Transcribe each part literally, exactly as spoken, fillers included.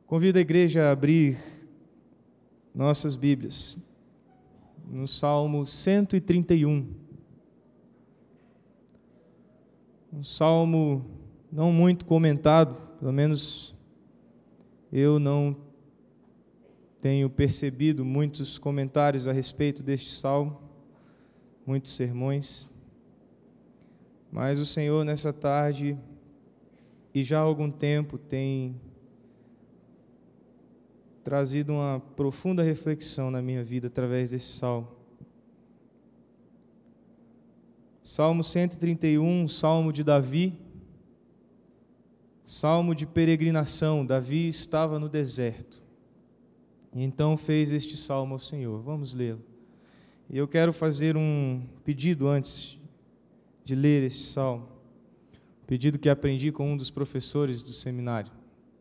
Convido a igreja a abrir nossas Bíblias no Salmo cento e trinta e um. Um salmo não muito comentado, pelo menos eu não tenho percebido muitos comentários a respeito deste salmo, muitos sermões, mas o Senhor nessa tarde e já há algum tempo tem trazido uma profunda reflexão na minha vida através desse salmo. Salmo cento e trinta e um, salmo de Davi, salmo de peregrinação. Davi estava no deserto e então fez este salmo ao Senhor. Vamos lê-lo. E eu quero fazer um pedido antes de ler este salmo, um pedido que aprendi com um dos professores do seminário.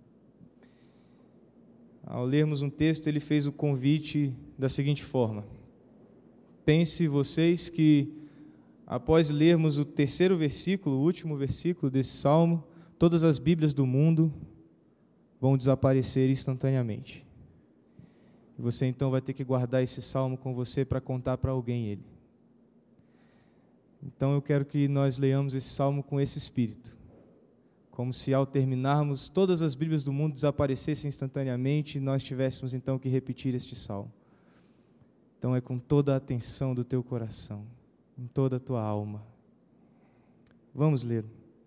Ao lermos um texto, ele fez o convite da seguinte forma: pense vocês que, após lermos o terceiro versículo, o último versículo desse salmo, todas as Bíblias do mundo vão desaparecer instantaneamente. E você então vai ter que guardar esse salmo com você para contar para alguém ele. Então eu quero que nós leiamos esse salmo com esse espírito, como se ao terminarmos todas as Bíblias do mundo desaparecessem instantaneamente e nós tivéssemos então que repetir este salmo. Então é com toda a atenção do teu coração, em toda a tua alma. Vamos ler.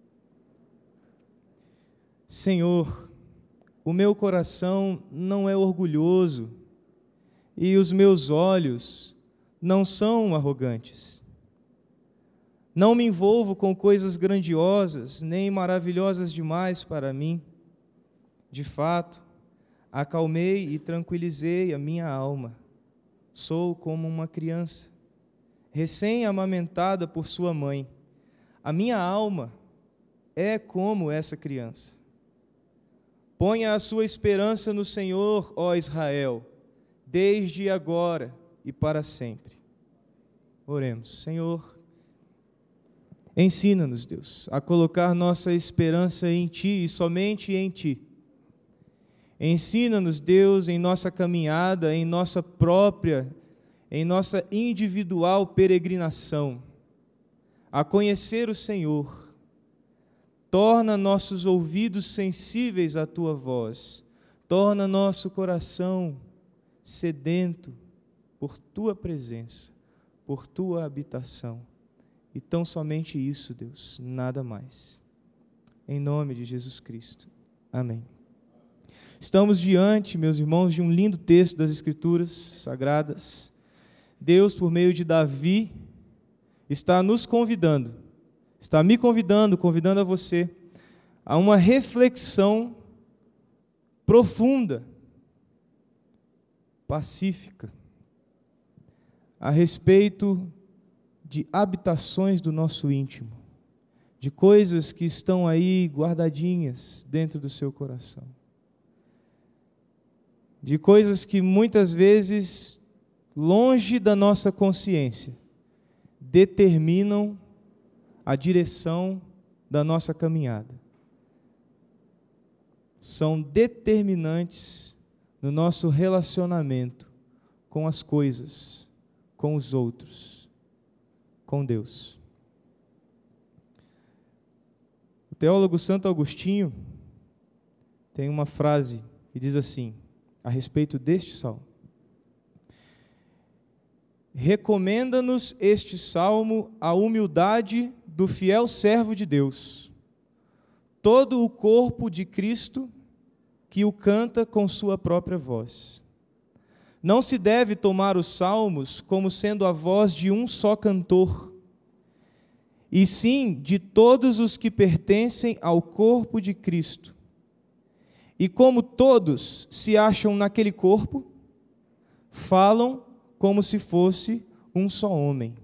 Senhor, o meu coração não é orgulhoso e os meus olhos não são arrogantes. Não me envolvo com coisas grandiosas, nem maravilhosas demais para mim. De fato, acalmei e tranquilizei a minha alma. Sou como uma criança, recém-amamentada por sua mãe. A minha alma é como essa criança. Ponha a sua esperança no Senhor, ó Israel, desde agora e para sempre. Oremos. Senhor, ensina-nos, Deus, a colocar nossa esperança em Ti e somente em Ti. Ensina-nos, Deus, em nossa caminhada, em nossa própria, em nossa individual peregrinação, a conhecer o Senhor. Torna nossos ouvidos sensíveis à Tua voz. Torna nosso coração sedento por Tua presença, por Tua habitação. E tão somente isso, Deus, nada mais. Em nome de Jesus Cristo. Amém. Estamos diante, meus irmãos, de um lindo texto das Escrituras Sagradas. Deus, por meio de Davi, está nos convidando, está me convidando, convidando a você, a uma reflexão profunda, pacífica, a respeito de habitações do nosso íntimo, de coisas que estão aí guardadinhas dentro do seu coração, de coisas que muitas vezes, longe da nossa consciência, determinam a direção da nossa caminhada. São determinantes no nosso relacionamento com as coisas, com os outros, com Deus. O teólogo Santo Agostinho tem uma frase que diz assim, a respeito deste salmo: recomenda-nos este salmo a humildade do fiel servo de Deus, todo o corpo de Cristo que o canta com sua própria voz. Não se deve tomar os salmos como sendo a voz de um só cantor, e sim de todos os que pertencem ao corpo de Cristo. E como todos se acham naquele corpo, falam como se fosse um só homem.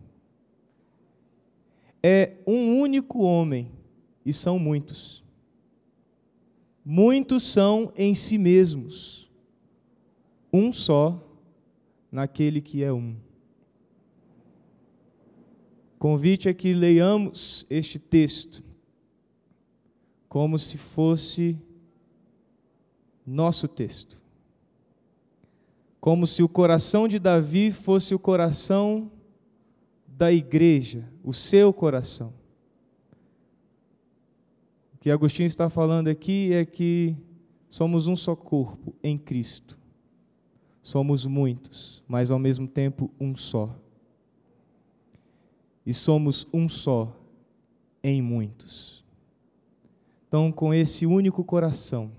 É um único homem, e são muitos. Muitos são em si mesmos, um só naquele que é um. Convite é que leiamos este texto como se fosse nosso texto. Como se o coração de Davi fosse o coração da igreja, o seu coração. O que Agostinho está falando aqui é que somos um só corpo em Cristo. Somos muitos, mas ao mesmo tempo um só. E somos um só em muitos. Então, com esse único coração,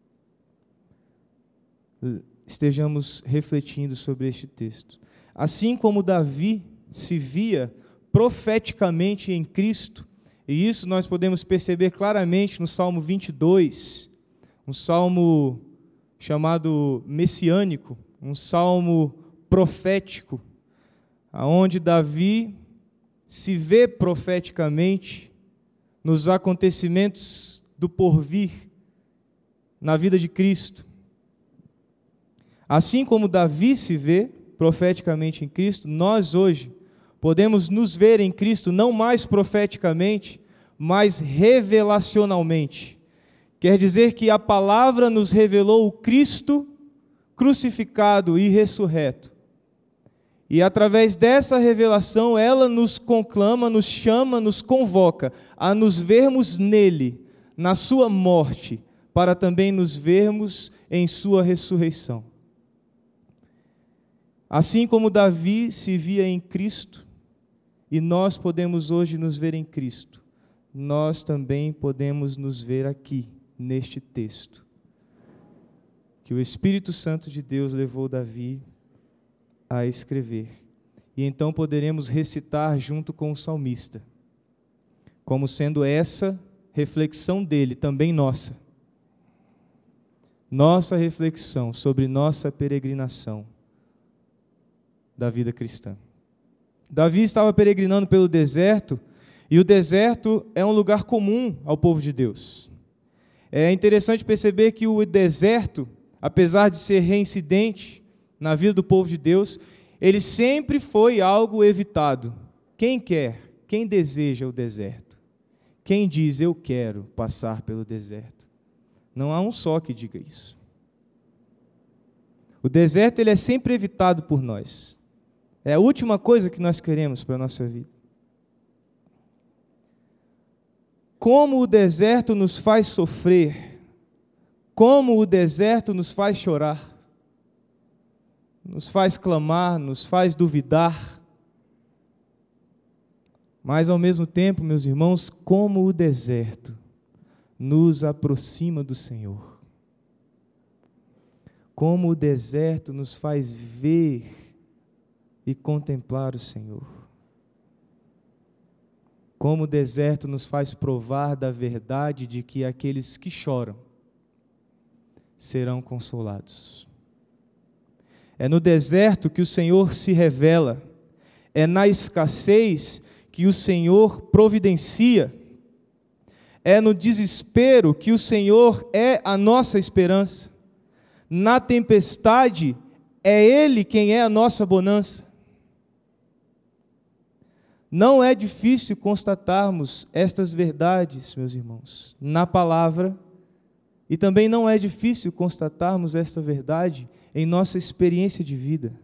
estejamos refletindo sobre este texto. Assim como Davi se via profeticamente em Cristo, e isso nós podemos perceber claramente no Salmo vinte e dois, um salmo chamado messiânico, um salmo profético, onde Davi se vê profeticamente nos acontecimentos do porvir na vida de Cristo. Assim como Davi se vê profeticamente em Cristo, nós hoje podemos nos ver em Cristo não mais profeticamente, mas revelacionalmente. Quer dizer que a palavra nos revelou o Cristo crucificado e ressurreto. E através dessa revelação, ela nos conclama, nos chama, nos convoca a nos vermos nele, na sua morte, para também nos vermos em sua ressurreição. Assim como Davi se via em Cristo, e nós podemos hoje nos ver em Cristo, nós também podemos nos ver aqui, neste texto, que o Espírito Santo de Deus levou Davi a escrever. E então poderemos recitar junto com o salmista, como sendo essa reflexão dele, também nossa. Nossa reflexão sobre nossa peregrinação da vida cristã. Davi estava peregrinando pelo deserto, e o deserto é um lugar comum ao povo de Deus. É interessante perceber que o deserto, apesar de ser reincidente na vida do povo de Deus, ele sempre foi algo evitado. Quem quer, quem deseja o deserto? Quem diz, eu quero passar pelo deserto? Não há um só que diga isso. O deserto ele é sempre evitado por nós. É a última coisa que nós queremos para a nossa vida. Como o deserto nos faz sofrer, como o deserto nos faz chorar, nos faz clamar, nos faz duvidar, mas ao mesmo tempo, meus irmãos, como o deserto nos aproxima do Senhor, como o deserto nos faz ver e contemplar o Senhor, como o deserto nos faz provar da verdade de que aqueles que choram serão consolados. É no deserto que o Senhor se revela, é na escassez que o Senhor providencia, é no desespero que o Senhor é a nossa esperança, na tempestade é Ele quem é a nossa bonança. Não é difícil constatarmos estas verdades, meus irmãos, na palavra, e também não é difícil constatarmos esta verdade em nossa experiência de vida.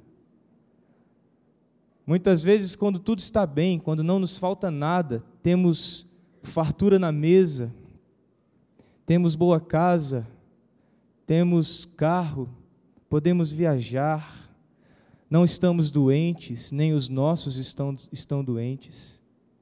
Muitas vezes, quando tudo está bem, quando não nos falta nada, temos fartura na mesa, temos boa casa, temos carro, podemos viajar, não estamos doentes, nem os nossos estão, estão doentes.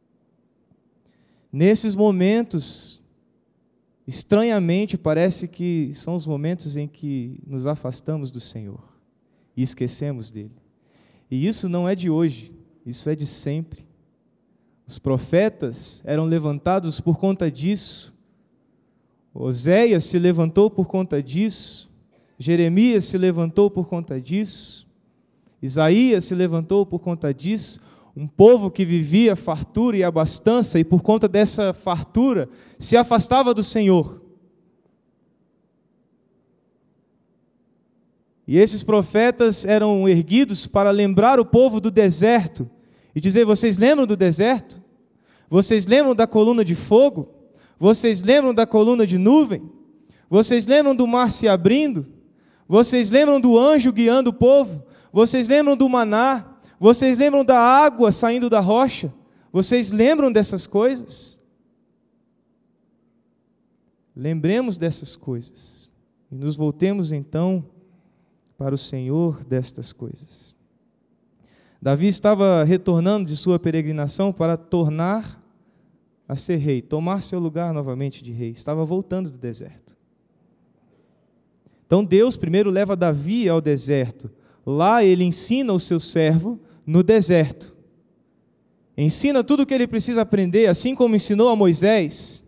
Nesses momentos, estranhamente, parece que são os momentos em que nos afastamos do Senhor e esquecemos dele. E isso não é de hoje, isso é de sempre. Os profetas eram levantados por conta disso. Oséias se levantou por conta disso. Jeremias se levantou por conta disso. Isaías se levantou por conta disso. Um povo que vivia fartura e abastança, e por conta dessa fartura, se afastava do Senhor. E esses profetas eram erguidos para lembrar o povo do deserto, e dizer, vocês lembram do deserto? Vocês lembram da coluna de fogo? Vocês lembram da coluna de nuvem? Vocês lembram do mar se abrindo? Vocês lembram do anjo guiando o povo? Vocês lembram do maná? Vocês lembram da água saindo da rocha? Vocês lembram dessas coisas? Lembremos dessas coisas e nos voltemos então para o Senhor destas coisas. Davi estava retornando de sua peregrinação para tornar a ser rei, tomar seu lugar novamente de rei. Estava voltando do deserto. Então Deus primeiro leva Davi ao deserto. Lá ele ensina o seu servo no deserto. Ensina tudo o que ele precisa aprender, assim como ensinou a Moisés.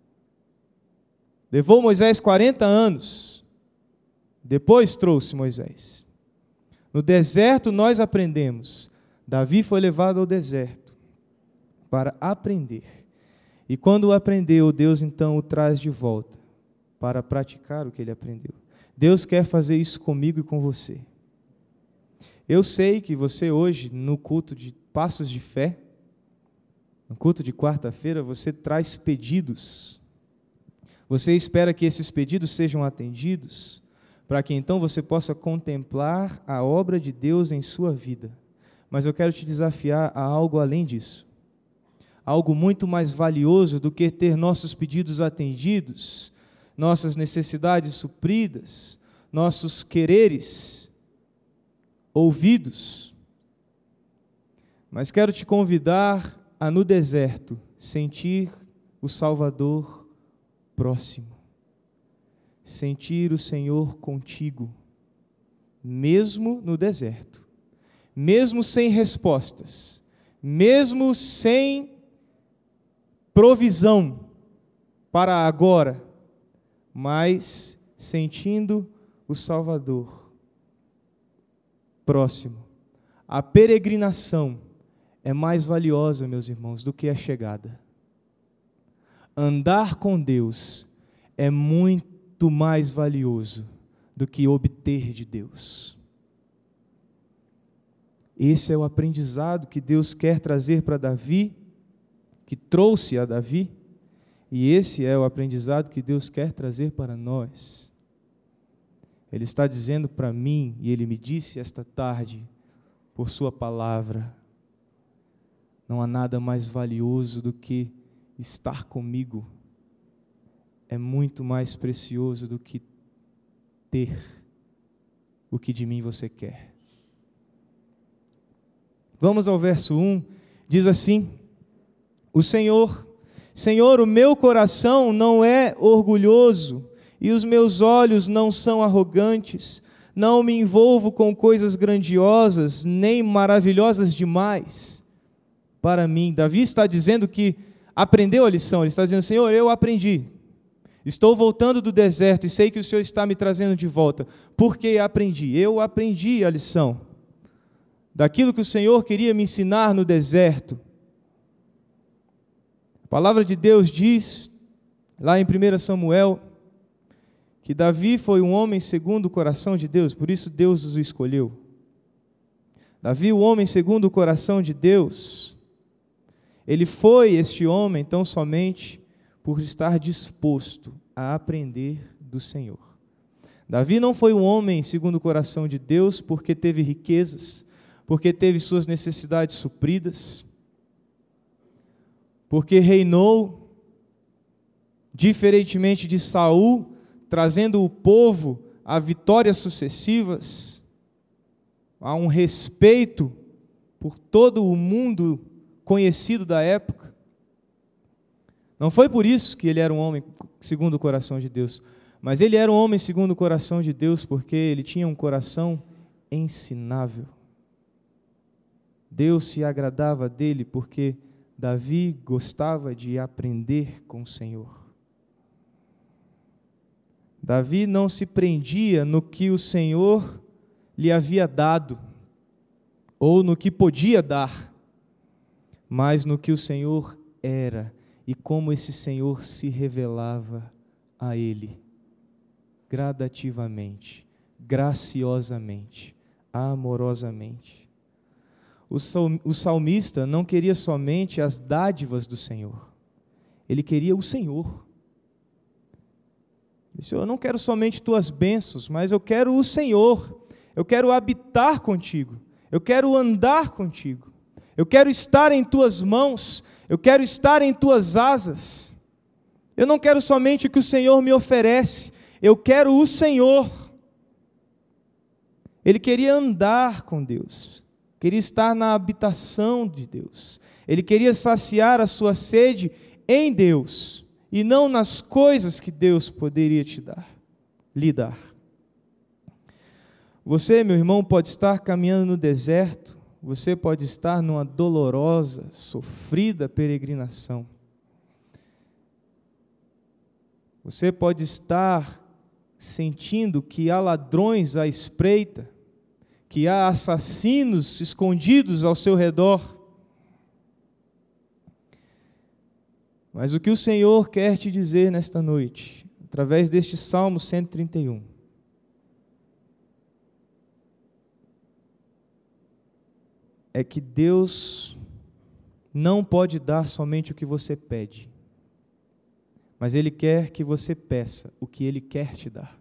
Levou Moisés quarenta anos. Depois trouxe Moisés. No deserto nós aprendemos. Davi foi levado ao deserto para aprender. E quando aprendeu, Deus então o traz de volta para praticar o que ele aprendeu. Deus quer fazer isso comigo e com você. Eu sei que você hoje, no culto de Passos de Fé, no culto de quarta-feira, você traz pedidos. Você espera que esses pedidos sejam atendidos, para que então você possa contemplar a obra de Deus em sua vida. Mas eu quero te desafiar a algo além disso. Algo muito mais valioso do que ter nossos pedidos atendidos, nossas necessidades supridas, nossos quereres ouvidos. Mas quero te convidar a, no deserto, sentir o Salvador próximo. Sentir o Senhor contigo, mesmo no deserto, mesmo sem respostas, mesmo sem provisão para agora, mas sentindo o Salvador próximo. A peregrinação é mais valiosa, meus irmãos, do que a chegada. Andar com Deus é muito mais valioso do que obter de Deus. Esse é o aprendizado que Deus quer trazer para Davi, que trouxe a Davi, e esse é o aprendizado que Deus quer trazer para nós. Ele está dizendo para mim, e Ele me disse esta tarde, por sua palavra, não há nada mais valioso do que estar comigo. É muito mais precioso do que ter o que de mim você quer. Vamos ao verso um, diz assim: o Senhor, Senhor, o meu coração não é orgulhoso e os meus olhos não são arrogantes, não me envolvo com coisas grandiosas, nem maravilhosas demais para mim. Davi está dizendo que aprendeu a lição, ele está dizendo: Senhor, eu aprendi, estou voltando do deserto e sei que o Senhor está me trazendo de volta, porque aprendi, eu aprendi a lição, daquilo que o Senhor queria me ensinar no deserto. A palavra de Deus diz, lá em primeiro Samuel, que Davi foi um homem segundo o coração de Deus, por isso Deus o escolheu. Davi, o homem segundo o coração de Deus, ele foi este homem tão somente por estar disposto a aprender do Senhor. Davi não foi um homem segundo o coração de Deus porque teve riquezas, porque teve suas necessidades supridas, porque reinou, diferentemente de Saul, trazendo o povo a vitórias sucessivas, a um respeito por todo o mundo conhecido da época. Não foi por isso que ele era um homem segundo o coração de Deus, mas ele era um homem segundo o coração de Deus porque ele tinha um coração ensinável. Deus se agradava dele porque Davi gostava de aprender com o Senhor. Davi não se prendia no que o Senhor lhe havia dado, ou no que podia dar, mas no que o Senhor era, e como esse Senhor se revelava a ele, gradativamente, graciosamente, amorosamente. O salmista não queria somente as dádivas do Senhor, ele queria o Senhor. Disse, eu não quero somente tuas bênçãos, mas eu quero o Senhor, eu quero habitar contigo, eu quero andar contigo, eu quero estar em tuas mãos, eu quero estar em tuas asas. Eu não quero somente o que o Senhor me oferece, eu quero o Senhor. Ele queria andar com Deus, queria estar na habitação de Deus, ele queria saciar a sua sede em Deus, e não nas coisas que Deus poderia te dar, lhe dar. Você, meu irmão, pode estar caminhando no deserto, você pode estar numa dolorosa, sofrida peregrinação. Você pode estar sentindo que há ladrões à espreita, que há assassinos escondidos ao seu redor. Mas o que o Senhor quer te dizer nesta noite, através deste Salmo cento e trinta e um, é que Deus não pode dar somente o que você pede, mas Ele quer que você peça o que Ele quer te dar.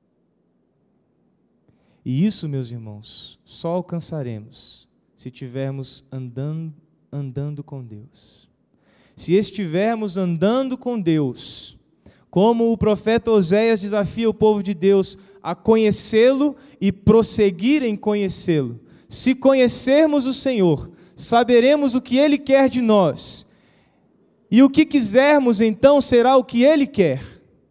E isso, meus irmãos, só alcançaremos se estivermos andando, andando com Deus. Se estivermos andando com Deus, como o profeta Oséias desafia o povo de Deus a conhecê-lo e prosseguir em conhecê-lo. Se conhecermos o Senhor, saberemos o que Ele quer de nós, e o que quisermos então será o que Ele quer.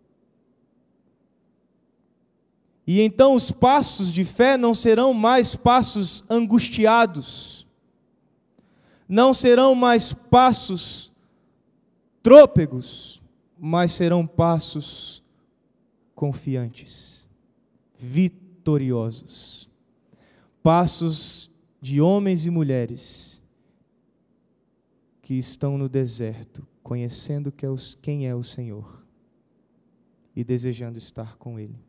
E então os passos de fé não serão mais passos angustiados, não serão mais passos trôpegos, mas serão passos confiantes, vitoriosos, passos de homens e mulheres que estão no deserto, conhecendo quem é o Senhor e desejando estar com Ele.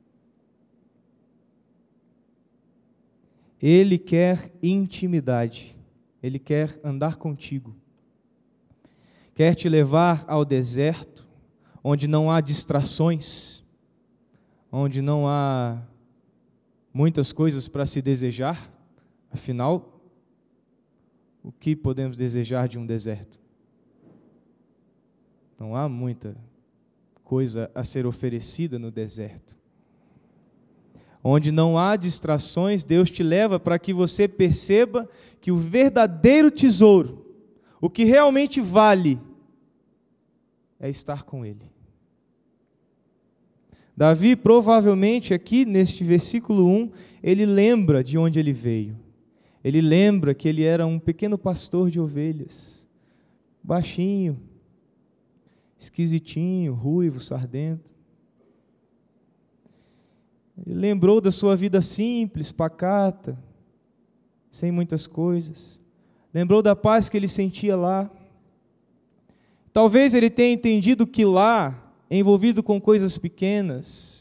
Ele quer intimidade, Ele quer andar contigo, quer te levar ao deserto, onde não há distrações, onde não há muitas coisas para se desejar. Afinal, o que podemos desejar de um deserto? Não há muita coisa a ser oferecida no deserto. Onde não há distrações, Deus te leva para que você perceba que o verdadeiro tesouro, o que realmente vale, é estar com Ele. Davi, provavelmente, aqui neste versículo um, ele lembra de onde ele veio. Ele lembra que ele era um pequeno pastor de ovelhas, baixinho, esquisitinho, ruivo, sardento. Ele lembrou da sua vida simples, pacata, sem muitas coisas. Lembrou da paz que ele sentia lá. Talvez ele tenha entendido que lá, envolvido com coisas pequenas,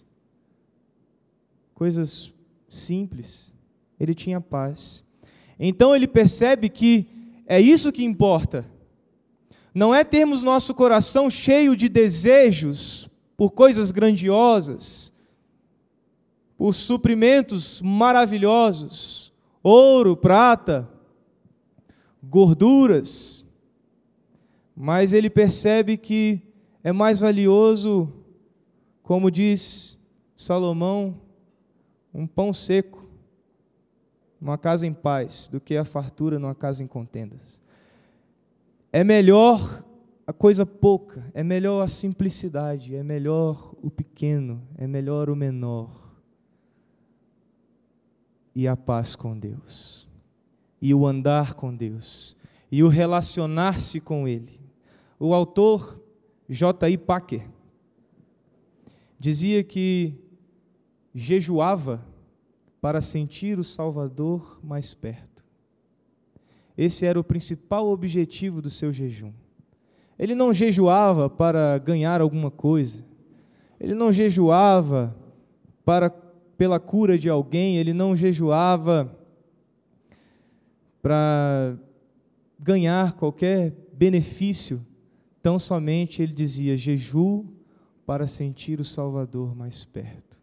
coisas simples, ele tinha paz. Então ele percebe que é isso que importa. Não é termos nosso coração cheio de desejos por coisas grandiosas, por suprimentos maravilhosos, ouro, prata, gorduras, mas ele percebe que é mais valioso, como diz Salomão, um pão seco, uma casa em paz, do que a fartura numa casa em contendas. É melhor a coisa pouca, é melhor a simplicidade, é melhor o pequeno, é melhor o menor. E a paz com Deus, e o andar com Deus, e o relacionar-se com Ele. O autor J I Packer dizia que jejuava para sentir o Salvador mais perto. Esse era o principal objetivo do seu jejum. Ele não jejuava para ganhar alguma coisa, ele não jejuava para pela cura de alguém, ele não jejuava para ganhar qualquer benefício, tão somente ele dizia: jejuo para sentir o Salvador mais perto.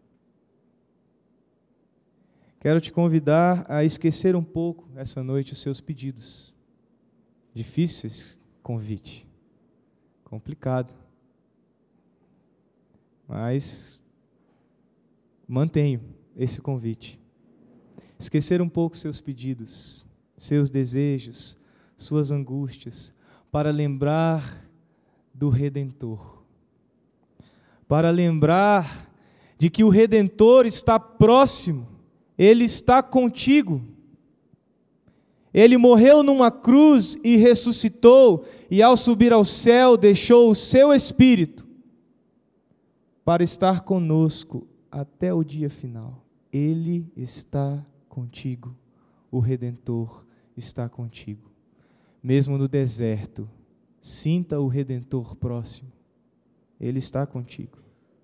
Quero te convidar a esquecer um pouco essa noite os seus pedidos. Difícil esse convite, complicado, mas mantenho esse convite. Esquecer um pouco seus pedidos, seus desejos, suas angústias, para lembrar do Redentor, para lembrar de que o Redentor está próximo, Ele está contigo. Ele morreu numa cruz e ressuscitou, e ao subir ao céu deixou o seu Espírito para estar conosco até o dia final. Ele está contigo, o Redentor está contigo. Mesmo no deserto, sinta o Redentor próximo, Ele está contigo.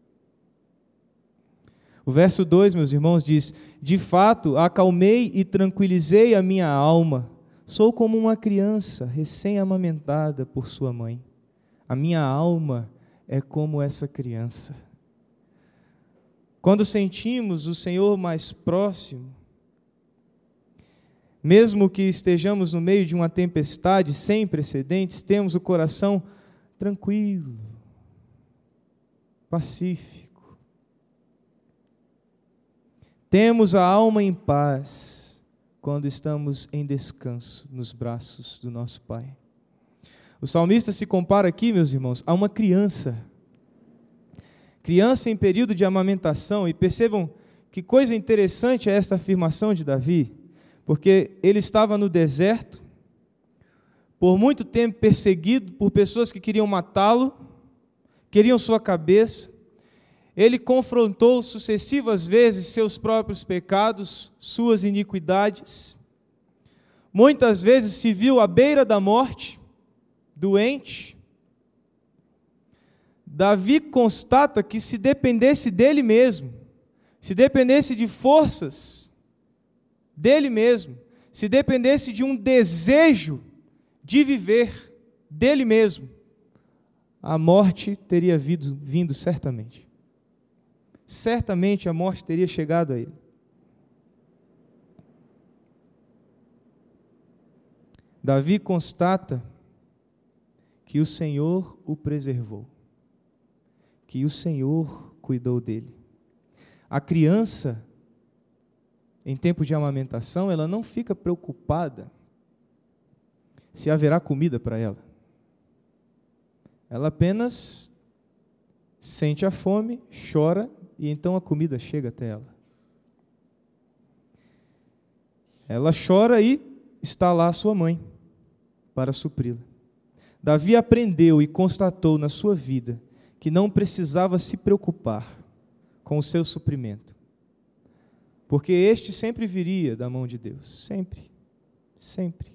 O verso dois, meus irmãos, diz: de fato, acalmei e tranquilizei a minha alma, sou como uma criança recém-amamentada por sua mãe. A minha alma é como essa criança. Quando sentimos o Senhor mais próximo, mesmo que estejamos no meio de uma tempestade sem precedentes, temos o coração tranquilo, pacífico. Temos a alma em paz quando estamos em descanso nos braços do nosso Pai. O salmista se compara aqui, meus irmãos, a uma criança. Criança em período de amamentação, e percebam que coisa interessante é esta afirmação de Davi, porque ele estava no deserto, por muito tempo perseguido por pessoas que queriam matá-lo, queriam sua cabeça. Ele confrontou sucessivas vezes seus próprios pecados, suas iniquidades. Muitas vezes se viu à beira da morte, doente. Davi constata que se dependesse dele mesmo, se dependesse de forças dele mesmo, se dependesse de um desejo de viver dele mesmo, a morte teria vindo, vindo certamente. Certamente a morte teria chegado a ele. Davi constata que o Senhor o preservou, que o Senhor cuidou dele. A criança, em tempo de amamentação, ela não fica preocupada se haverá comida para ela. Ela apenas sente a fome, chora, e então a comida chega até ela. Ela chora e está lá a sua mãe para supri-la. Davi aprendeu e constatou na sua vida que não precisava se preocupar com o seu suprimento, porque este sempre viria da mão de Deus, sempre, sempre.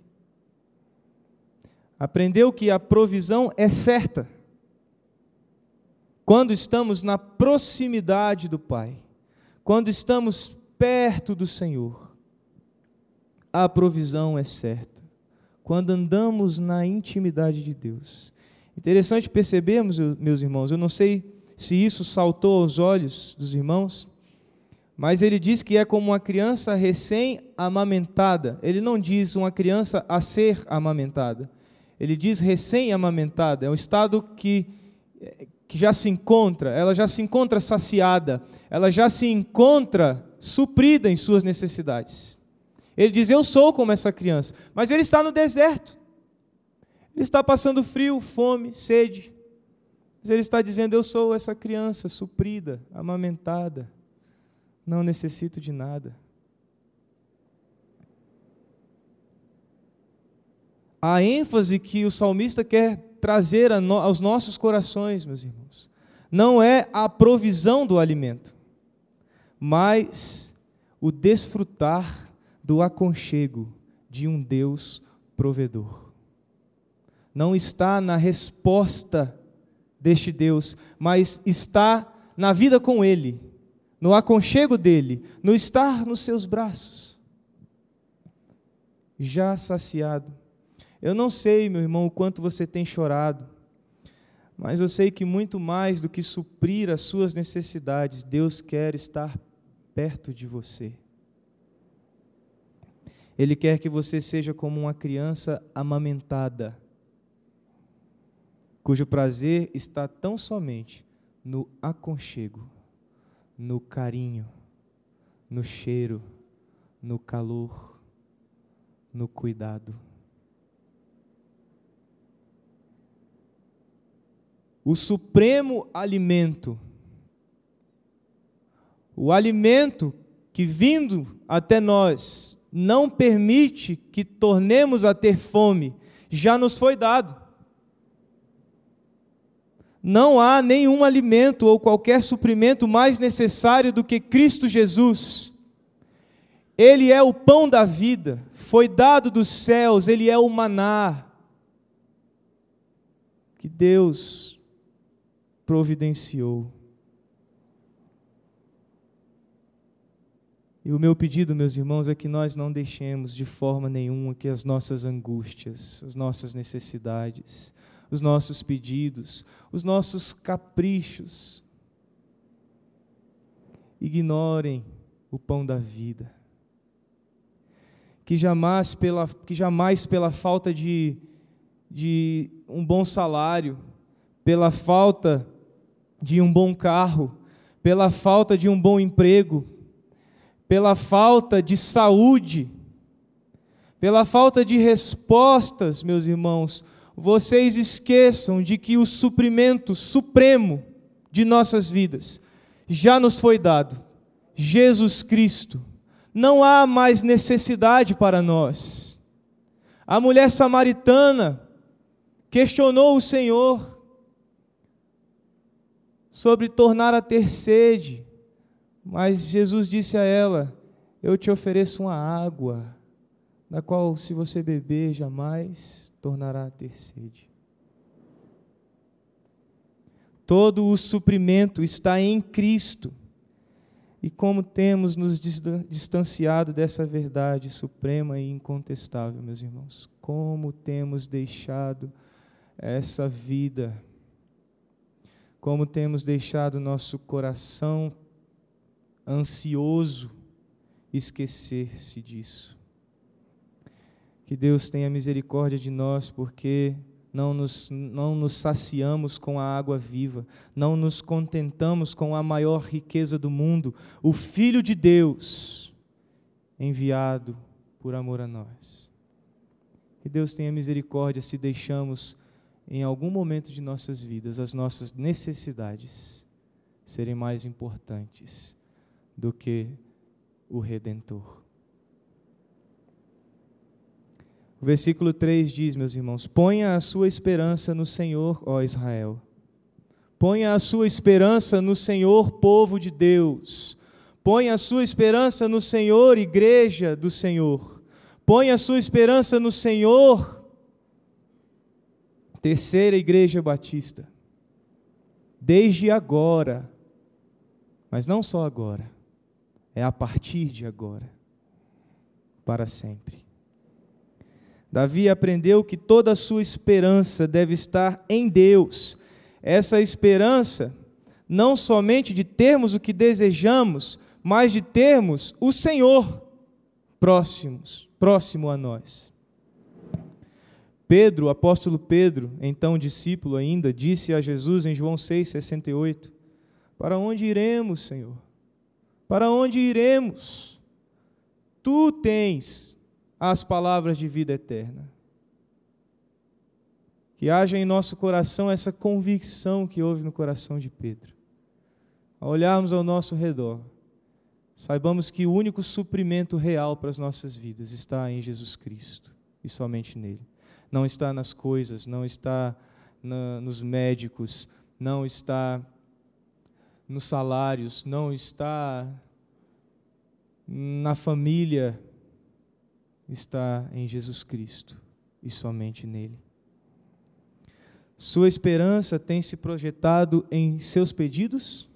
Aprendeu que a provisão é certa quando estamos na proximidade do Pai, quando estamos perto do Senhor. A provisão é certa quando andamos na intimidade de Deus. Interessante percebermos, meus irmãos, eu não sei se isso saltou aos olhos dos irmãos, mas ele diz que é como uma criança recém-amamentada. Ele não diz uma criança a ser amamentada, ele diz recém-amamentada. É um estado que, que já se encontra, ela já se encontra saciada, ela já se encontra suprida em suas necessidades. Ele diz: eu sou como essa criança, mas ele está no deserto, ele está passando frio, fome, sede, mas ele está dizendo: eu sou essa criança suprida, amamentada, não necessito de nada. A ênfase que o salmista quer trazer aos nossos corações, meus irmãos, não é a provisão do alimento, mas o desfrutar do aconchego de um Deus provedor. Não está na resposta deste Deus, mas está na vida com Ele, no aconchego dEle, no estar nos seus braços, já saciado. Eu não sei, meu irmão, o quanto você tem chorado, Mas eu sei que muito mais do que suprir as suas necessidades, Deus quer estar perto de você. Ele quer que você seja como uma criança amamentada, cujo prazer está tão somente no aconchego, no carinho, no cheiro, no calor, no cuidado. O supremo alimento, o alimento que vindo até nós não permite que tornemos a ter fome, já nos foi dado. Não há nenhum alimento ou qualquer suprimento mais necessário do que Cristo Jesus. Ele é o pão da vida, foi dado dos céus, Ele é o maná que Deus providenciou. E o meu pedido, meus irmãos, é que nós não deixemos de forma nenhuma que as nossas angústias, as nossas necessidades, os nossos pedidos, os nossos caprichos, ignorem o pão da vida. Que jamais pela, que jamais pela falta de, de um bom salário, pela falta de um bom carro, pela falta de um bom emprego, pela falta de saúde, pela falta de respostas, meus irmãos, vocês esqueçam de que o suprimento supremo de nossas vidas já nos foi dado, Jesus Cristo. Não há mais necessidade para nós. A mulher samaritana questionou o Senhor sobre tornar a ter sede, mas Jesus disse a ela: eu te ofereço uma água, da qual se você beber, jamais tornará a ter sede. Todo o suprimento está em Cristo. E como temos nos distanciado dessa verdade suprema e incontestável, meus irmãos? Como temos deixado essa vida? Como temos deixado nosso coração ansioso esquecer-se disso? Que Deus tenha misericórdia de nós, porque não nos, não nos saciamos com a água viva, não nos contentamos com a maior riqueza do mundo, o Filho de Deus, enviado por amor a nós. Que Deus tenha misericórdia se deixamos, em algum momento de nossas vidas, as nossas necessidades serem mais importantes do que o Redentor. O versículo três diz, meus irmãos: ponha a sua esperança no Senhor, ó Israel. Ponha a sua esperança no Senhor, povo de Deus. Ponha a sua esperança no Senhor, igreja do Senhor. Ponha a sua esperança no Senhor, Terceira Igreja Batista. Desde agora, mas não só agora, é a partir de agora, para sempre. Davi aprendeu que toda a sua esperança deve estar em Deus. Essa esperança, não somente de termos o que desejamos, mas de termos o Senhor próximos, próximo a nós. Pedro, o apóstolo Pedro, então discípulo ainda, disse a Jesus em João seis, sessenta e oito: para onde iremos, Senhor? Para onde iremos? Tu tens as palavras de vida eterna. Que haja em nosso coração essa convicção que houve no coração de Pedro. Ao olharmos ao nosso redor, saibamos que o único suprimento real para as nossas vidas está em Jesus Cristo e somente nele. Não está nas coisas, não está na, nos médicos, não está nos salários, não está na família, está em Jesus Cristo e somente nele. Sua esperança tem se projetado em seus pedidos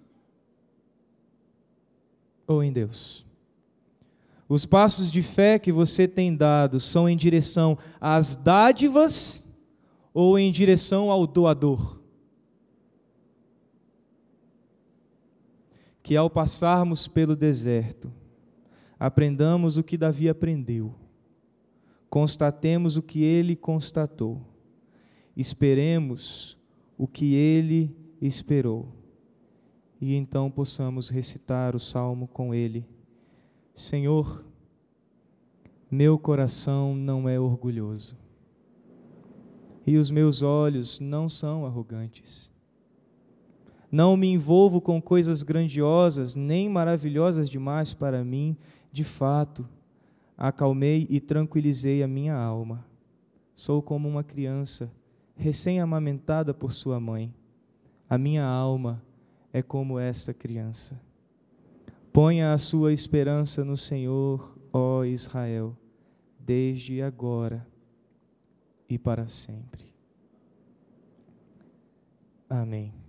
ou em Deus? Os passos de fé que você tem dado são em direção às dádivas ou em direção ao doador? que ao passarmos pelo deserto, aprendamos o que Davi aprendeu, constatemos o que ele constatou, esperemos o que ele esperou, e então possamos recitar o salmo com ele. Senhor, meu coração não é orgulhoso, e os meus olhos não são arrogantes. Não me envolvo com coisas grandiosas, nem maravilhosas demais para mim. De fato, acalmei e tranquilizei a minha alma. Sou como uma criança, recém-amamentada por sua mãe. A minha alma é como esta criança. Ponha a sua esperança no Senhor, ó Israel, desde agora e para sempre. Amém.